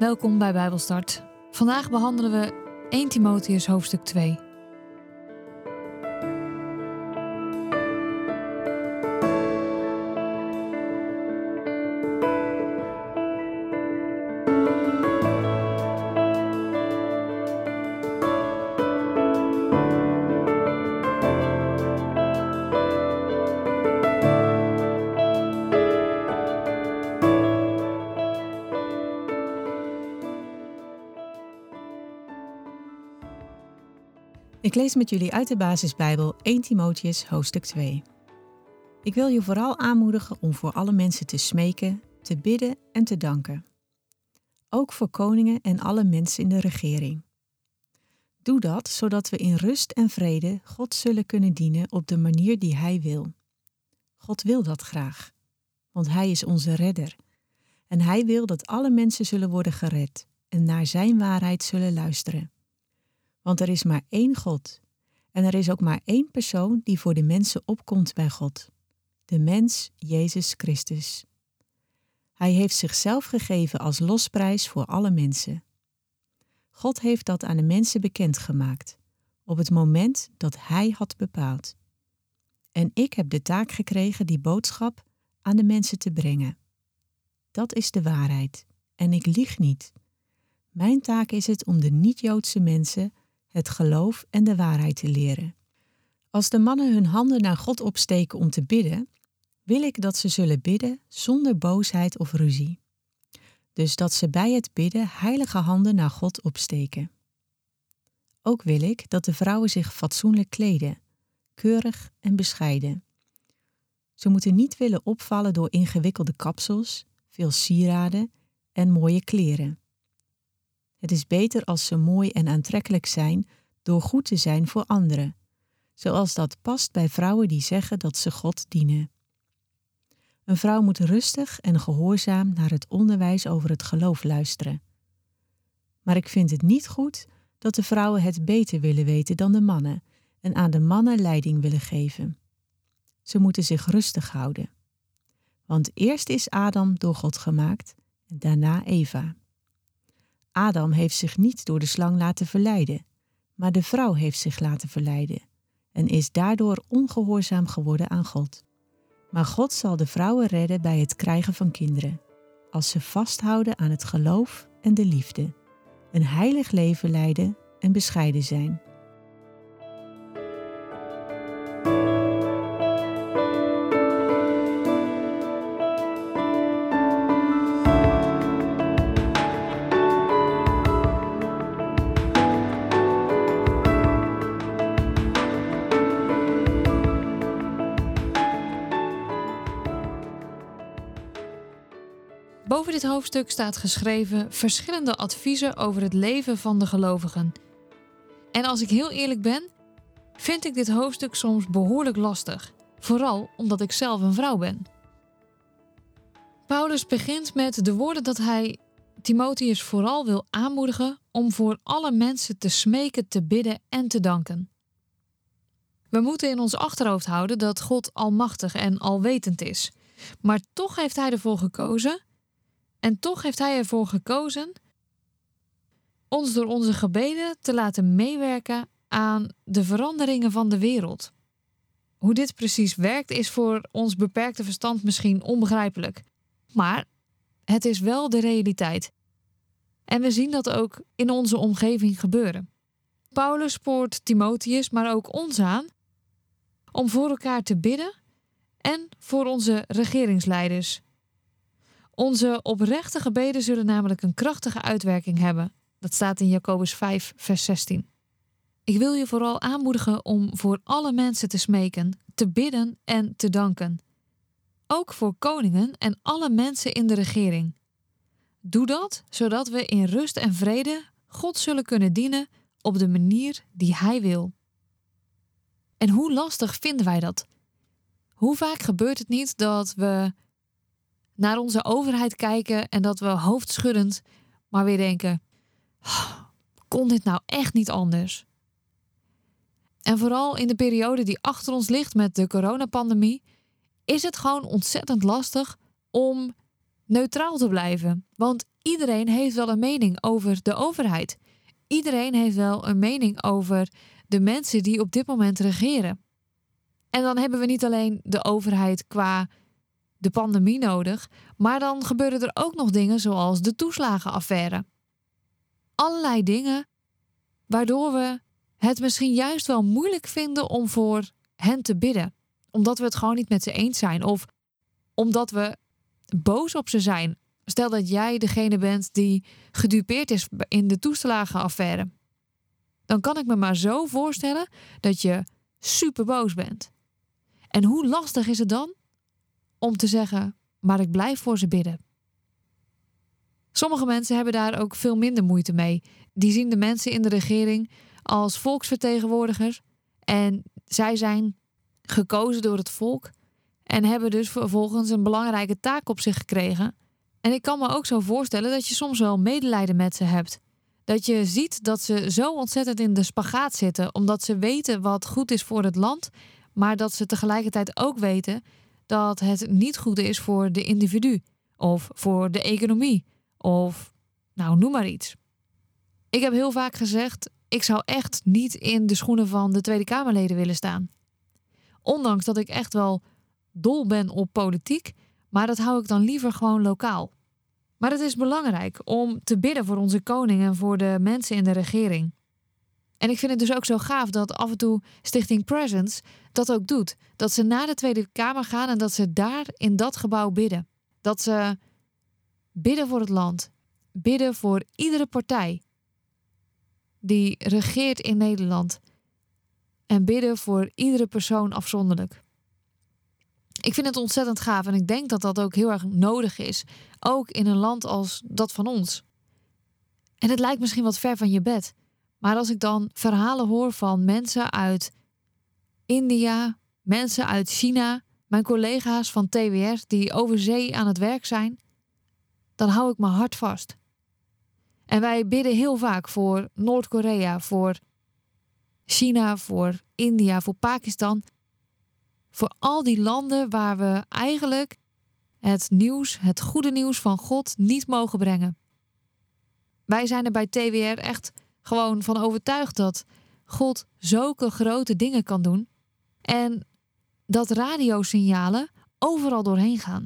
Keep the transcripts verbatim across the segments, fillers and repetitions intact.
Welkom bij Bijbelstart. Vandaag behandelen we eerste Timotheüs hoofdstuk twee. Ik lees met jullie uit de basisbijbel eerste Timotheüs hoofdstuk twee. Ik wil je vooral aanmoedigen om voor alle mensen te smeken, te bidden en te danken. Ook voor koningen en alle mensen in de regering. Doe dat, zodat we in rust en vrede God zullen kunnen dienen op de manier die Hij wil. God wil dat graag, want Hij is onze redder. En Hij wil dat alle mensen zullen worden gered en naar Zijn waarheid zullen luisteren. Want er is maar één God en er is ook maar één persoon die voor de mensen opkomt bij God. De mens Jezus Christus. Hij heeft zichzelf gegeven als losprijs voor alle mensen. God heeft dat aan de mensen bekendgemaakt, op het moment dat Hij had bepaald. En ik heb de taak gekregen die boodschap aan de mensen te brengen. Dat is de waarheid en ik lieg niet. Mijn taak is het om de niet-Joodse mensen het geloof en de waarheid te leren. Als de mannen hun handen naar God opsteken om te bidden, wil ik dat ze zullen bidden zonder boosheid of ruzie. Dus dat ze bij het bidden heilige handen naar God opsteken. Ook wil ik dat de vrouwen zich fatsoenlijk kleden, keurig en bescheiden. Ze moeten niet willen opvallen door ingewikkelde kapsels, veel sieraden en mooie kleren. Het is beter als ze mooi en aantrekkelijk zijn door goed te zijn voor anderen, zoals dat past bij vrouwen die zeggen dat ze God dienen. Een vrouw moet rustig en gehoorzaam naar het onderwijs over het geloof luisteren. Maar ik vind het niet goed dat de vrouwen het beter willen weten dan de mannen en aan de mannen leiding willen geven. Ze moeten zich rustig houden. Want eerst is Adam door God gemaakt en daarna Eva. Adam heeft zich niet door de slang laten verleiden, maar de vrouw heeft zich laten verleiden en is daardoor ongehoorzaam geworden aan God. Maar God zal de vrouwen redden bij het krijgen van kinderen, als ze vasthouden aan het geloof en de liefde, een heilig leven leiden en bescheiden zijn. Boven dit hoofdstuk staat geschreven verschillende adviezen over het leven van de gelovigen. En als ik heel eerlijk ben, vind ik dit hoofdstuk soms behoorlijk lastig. Vooral omdat ik zelf een vrouw ben. Paulus begint met de woorden dat hij Timotheüs vooral wil aanmoedigen om voor alle mensen te smeken, te bidden en te danken. We moeten in ons achterhoofd houden dat God almachtig en alwetend is. Maar toch heeft hij ervoor gekozen... En toch heeft hij ervoor gekozen ons door onze gebeden te laten meewerken aan de veranderingen van de wereld. Hoe dit precies werkt is voor ons beperkte verstand misschien onbegrijpelijk. Maar het is wel de realiteit. En we zien dat ook in onze omgeving gebeuren. Paulus spoort Timotheüs, maar ook ons aan om voor elkaar te bidden en voor onze regeringsleiders. Onze oprechte gebeden zullen namelijk een krachtige uitwerking hebben. Dat staat in Jacobus vijf, vers zestien. Ik wil je vooral aanmoedigen om voor alle mensen te smeken, te bidden en te danken. Ook voor koningen en alle mensen in de regering. Doe dat, zodat we in rust en vrede God zullen kunnen dienen op de manier die Hij wil. En hoe lastig vinden wij dat? Hoe vaak gebeurt het niet dat we naar onze overheid kijken en dat we hoofdschuddend maar weer denken, oh, kon dit nou echt niet anders? En vooral in de periode die achter ons ligt met de coronapandemie, is het gewoon ontzettend lastig om neutraal te blijven. Want iedereen heeft wel een mening over de overheid. Iedereen heeft wel een mening over de mensen die op dit moment regeren. En dan hebben we niet alleen de overheid qua de pandemie nodig, maar dan gebeuren er ook nog dingen zoals de toeslagenaffaire. Allerlei dingen waardoor we het misschien juist wel moeilijk vinden om voor hen te bidden. Omdat we het gewoon niet met ze eens zijn of omdat we boos op ze zijn. Stel dat jij degene bent die gedupeerd is in de toeslagenaffaire. Dan kan ik me maar zo voorstellen dat je super boos bent. En hoe lastig is het dan om te zeggen, maar ik blijf voor ze bidden. Sommige mensen hebben daar ook veel minder moeite mee. Die zien de mensen in de regering als volksvertegenwoordigers en zij zijn gekozen door het volk en hebben dus vervolgens een belangrijke taak op zich gekregen. En ik kan me ook zo voorstellen dat je soms wel medelijden met ze hebt. Dat je ziet dat ze zo ontzettend in de spagaat zitten, omdat ze weten wat goed is voor het land, maar dat ze tegelijkertijd ook weten dat het niet goed is voor de individu of voor de economie of nou, noem maar iets. Ik heb heel vaak gezegd, ik zou echt niet in de schoenen van de Tweede Kamerleden willen staan. Ondanks dat ik echt wel dol ben op politiek, maar dat hou ik dan liever gewoon lokaal. Maar het is belangrijk om te bidden voor onze koning en voor de mensen in de regering. En ik vind het dus ook zo gaaf dat af en toe Stichting Presence dat ook doet. Dat ze naar de Tweede Kamer gaan en dat ze daar in dat gebouw bidden. Dat ze bidden voor het land. Bidden voor iedere partij die regeert in Nederland. En bidden voor iedere persoon afzonderlijk. Ik vind het ontzettend gaaf en ik denk dat dat ook heel erg nodig is. Ook in een land als dat van ons. En het lijkt misschien wat ver van je bed. Maar als ik dan verhalen hoor van mensen uit India, mensen uit China, mijn collega's van T W R die over zee aan het werk zijn, dan hou ik mijn hart vast. En wij bidden heel vaak voor Noord-Korea, voor China, voor India, voor Pakistan. Voor al die landen waar we eigenlijk het nieuws, het goede nieuws van God niet mogen brengen. Wij zijn er bij T W R echt gewoon van overtuigd dat God zulke grote dingen kan doen en dat radiosignalen overal doorheen gaan.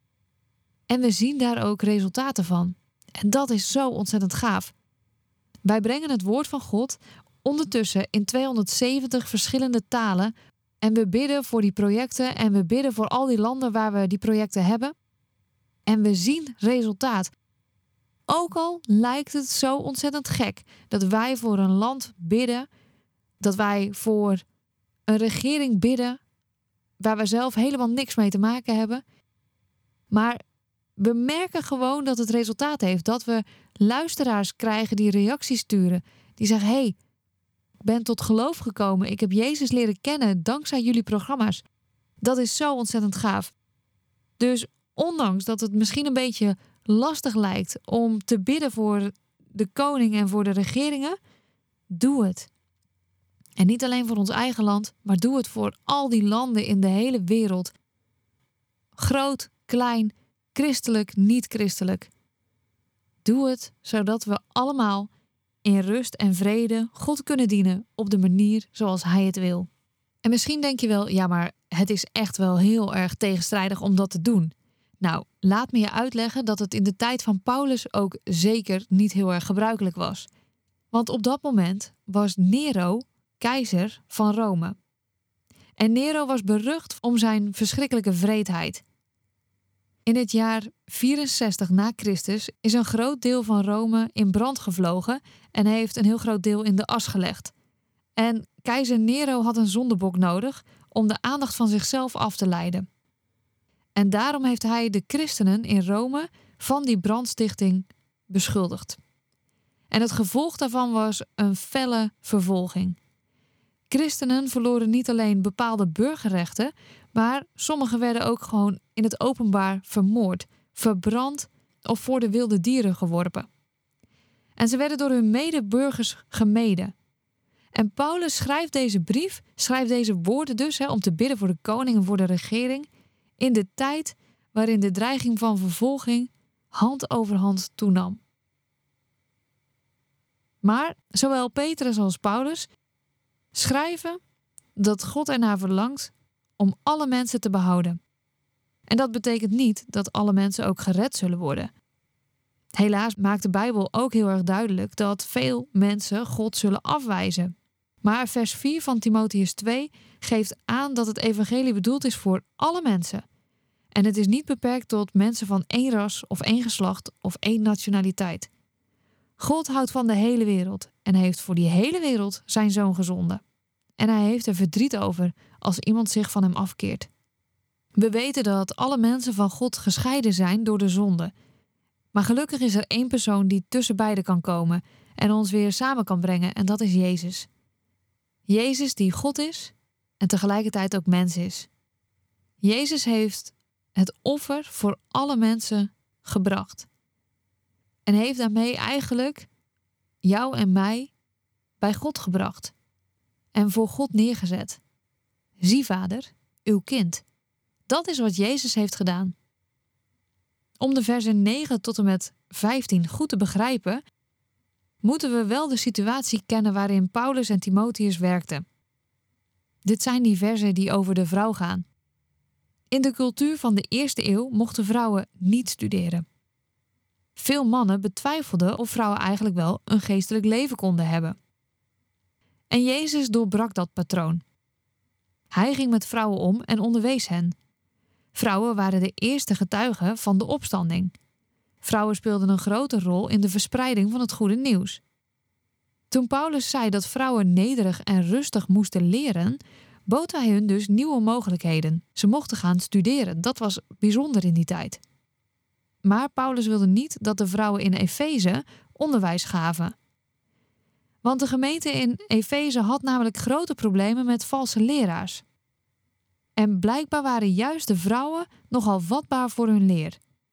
En we zien daar ook resultaten van. En dat is zo ontzettend gaaf. Wij brengen het woord van God ondertussen in tweehonderdzeventig verschillende talen en we bidden voor die projecten en we bidden voor al die landen waar we die projecten hebben. En we zien resultaat. Ook al lijkt het zo ontzettend gek dat wij voor een land bidden, dat wij voor een regering bidden waar we zelf helemaal niks mee te maken hebben. Maar we merken gewoon dat het resultaat heeft. Dat we luisteraars krijgen die reacties sturen. Die zeggen, hé, hey, ik ben tot geloof gekomen. Ik heb Jezus leren kennen dankzij jullie programma's. Dat is zo ontzettend gaaf. Dus ondanks dat het misschien een beetje lastig lijkt om te bidden voor de koning en voor de regeringen, doe het. En niet alleen voor ons eigen land, maar doe het voor al die landen in de hele wereld. Groot, klein, christelijk, niet christelijk. Doe het zodat we allemaal in rust en vrede God kunnen dienen op de manier zoals Hij het wil. En misschien denk je wel, ja, maar het is echt wel heel erg tegenstrijdig om dat te doen. Nou, laat me je uitleggen dat het in de tijd van Paulus ook zeker niet heel erg gebruikelijk was. Want op dat moment was Nero keizer van Rome. En Nero was berucht om zijn verschrikkelijke wreedheid. In het jaar vierenzestig na Christus is een groot deel van Rome in brand gevlogen en heeft een heel groot deel in de as gelegd. En keizer Nero had een zondebok nodig om de aandacht van zichzelf af te leiden. En daarom heeft hij de christenen in Rome van die brandstichting beschuldigd. En het gevolg daarvan was een felle vervolging. Christenen verloren niet alleen bepaalde burgerrechten, maar sommigen werden ook gewoon in het openbaar vermoord, verbrand of voor de wilde dieren geworpen. En ze werden door hun medeburgers gemeden. En Paulus schrijft deze brief, schrijft deze woorden dus hè, om te bidden voor de koning en voor de regering in de tijd waarin de dreiging van vervolging hand over hand toenam. Maar zowel Petrus als Paulus schrijven dat God ernaar verlangt om alle mensen te behouden. En dat betekent niet dat alle mensen ook gered zullen worden. Helaas maakt de Bijbel ook heel erg duidelijk dat veel mensen God zullen afwijzen. Maar vers vier van Timotheüs twee geeft aan dat het evangelie bedoeld is voor alle mensen. En het is niet beperkt tot mensen van één ras of één geslacht of één nationaliteit. God houdt van de hele wereld en heeft voor die hele wereld zijn zoon gezonden. En hij heeft er verdriet over als iemand zich van hem afkeert. We weten dat alle mensen van God gescheiden zijn door de zonde. Maar gelukkig is er één persoon die tussen beiden kan komen en ons weer samen kan brengen, en dat is Jezus. Jezus die God is en tegelijkertijd ook mens is. Jezus heeft het offer voor alle mensen gebracht. En heeft daarmee eigenlijk jou en mij bij God gebracht. En voor God neergezet. Zie, Vader, uw kind. Dat is wat Jezus heeft gedaan. Om de versen negen tot en met vijftien goed te begrijpen, moeten we wel de situatie kennen waarin Paulus en Timotheus werkten. Dit zijn die versen die over de vrouw gaan. In de cultuur van de eerste eeuw mochten vrouwen niet studeren. Veel mannen betwijfelden of vrouwen eigenlijk wel een geestelijk leven konden hebben. En Jezus doorbrak dat patroon. Hij ging met vrouwen om en onderwees hen. Vrouwen waren de eerste getuigen van de opstanding. Vrouwen speelden een grote rol in de verspreiding van het goede nieuws. Toen Paulus zei dat vrouwen nederig en rustig moesten leren, bood hij hun dus nieuwe mogelijkheden. Ze mochten gaan studeren. Dat was bijzonder in die tijd. Maar Paulus wilde niet dat de vrouwen in Efeze onderwijs gaven. Want de gemeente in Efeze had namelijk grote problemen met valse leraars. En blijkbaar waren juist de vrouwen nogal vatbaar voor hun leer.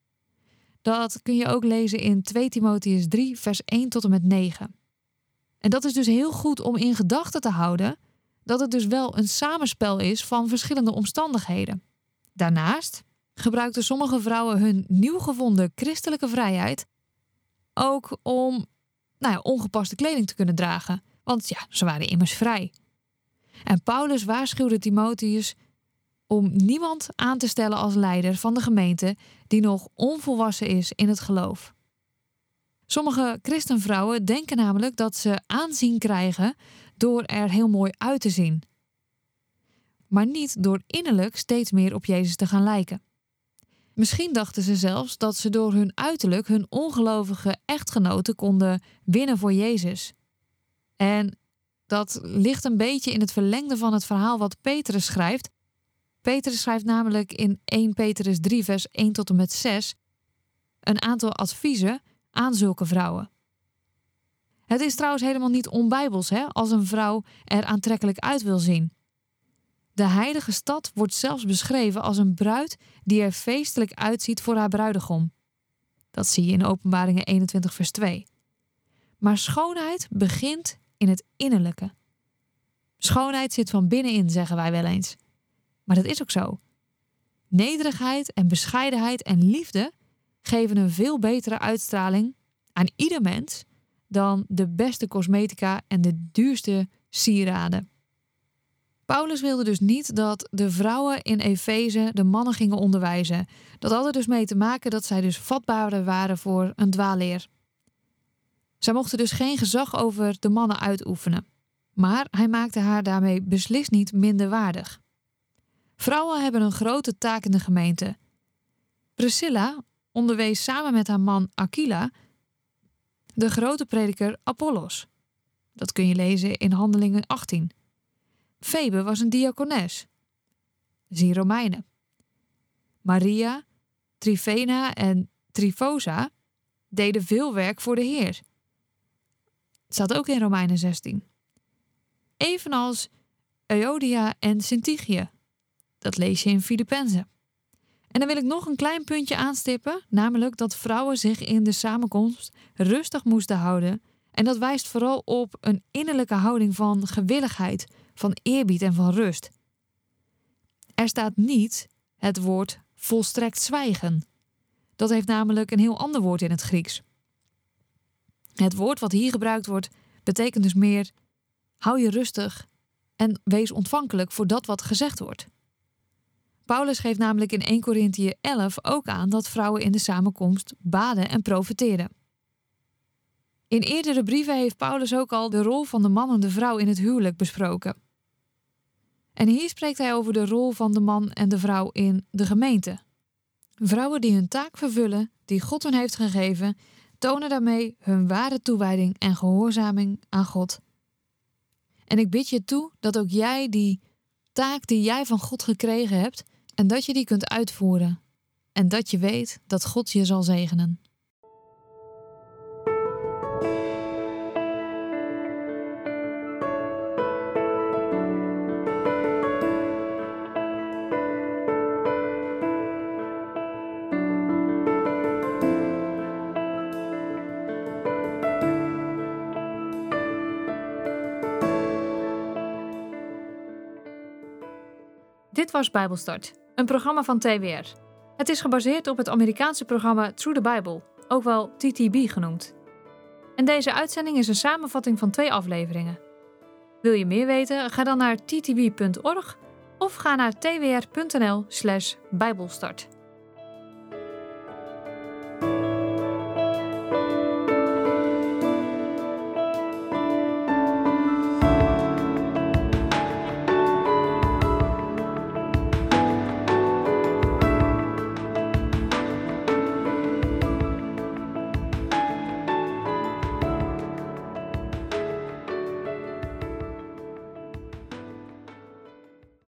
Dat kun je ook lezen in twee Timotheüs drie, vers één tot en met negen. En dat is dus heel goed om in gedachten te houden dat het dus wel een samenspel is van verschillende omstandigheden. Daarnaast gebruikten sommige vrouwen hun nieuw gevonden christelijke vrijheid ook om nou ja, ongepaste kleding te kunnen dragen. Want ja, ze waren immers vrij. En Paulus waarschuwde Timotheus om niemand aan te stellen als leider van de gemeente die nog onvolwassen is in het geloof. Sommige christenvrouwen denken namelijk dat ze aanzien krijgen door er heel mooi uit te zien. Maar niet door innerlijk steeds meer op Jezus te gaan lijken. Misschien dachten ze zelfs dat ze door hun uiterlijk hun ongelovige echtgenoten konden winnen voor Jezus. En dat ligt een beetje in het verlengde van het verhaal wat Petrus schrijft. Petrus schrijft namelijk in eerste Petrus drie vers één tot en met zes een aantal adviezen aan zulke vrouwen. Het is trouwens helemaal niet onbijbels hè, als een vrouw er aantrekkelijk uit wil zien. De heilige stad wordt zelfs beschreven als een bruid die er feestelijk uitziet voor haar bruidegom. Dat zie je in Openbaringen eenentwintig vers twee. Maar schoonheid begint in het innerlijke. Schoonheid zit van binnenin, zeggen wij wel eens. Maar dat is ook zo. Nederigheid en bescheidenheid en liefde geven een veel betere uitstraling aan ieder mens dan de beste cosmetica en de duurste sieraden. Paulus wilde dus niet dat de vrouwen in Efeze de mannen gingen onderwijzen. Dat had er dus mee te maken dat zij dus vatbaarder waren voor een dwaalleer. Zij mochten dus geen gezag over de mannen uitoefenen. Maar hij maakte haar daarmee beslist niet minder waardig. Vrouwen hebben een grote taak in de gemeente. Priscilla onderwees samen met haar man Aquila de grote prediker Apollos. Dat kun je lezen in Handelingen achttien. Febe was een diakones. Zie Romeinen. Maria, Trifena en Trifosa deden veel werk voor de Heer. Het staat ook in Romeinen zestien. Evenals Euodia en Syntyche. Dat lees je in Filippenzen. En dan wil ik nog een klein puntje aanstippen, namelijk dat vrouwen zich in de samenkomst rustig moesten houden. En dat wijst vooral op een innerlijke houding van gewilligheid, van eerbied en van rust. Er staat niet het woord volstrekt zwijgen. Dat heeft namelijk een heel ander woord in het Grieks. Het woord wat hier gebruikt wordt, betekent dus meer: hou je rustig en wees ontvankelijk voor dat wat gezegd wordt. Paulus geeft namelijk in Eerste Korintiërs elf ook aan dat vrouwen in de samenkomst baden en profeteerden. In eerdere brieven heeft Paulus ook al de rol van de man en de vrouw in het huwelijk besproken. En hier spreekt hij over de rol van de man en de vrouw in de gemeente. Vrouwen die hun taak vervullen, die God hun heeft gegeven, tonen daarmee hun ware toewijding en gehoorzaming aan God. En ik bid je toe dat ook jij die taak die jij van God gekregen hebt, en dat je die kunt uitvoeren. En dat je weet dat God je zal zegenen. Dit was Bijbelstart, een programma van T W R. Het is gebaseerd op het Amerikaanse programma Through the Bible, ook wel T T B genoemd. En deze uitzending is een samenvatting van twee afleveringen. Wil je meer weten? Ga dan naar t t b punt org of ga naar t w r punt n l slash bijbelstart.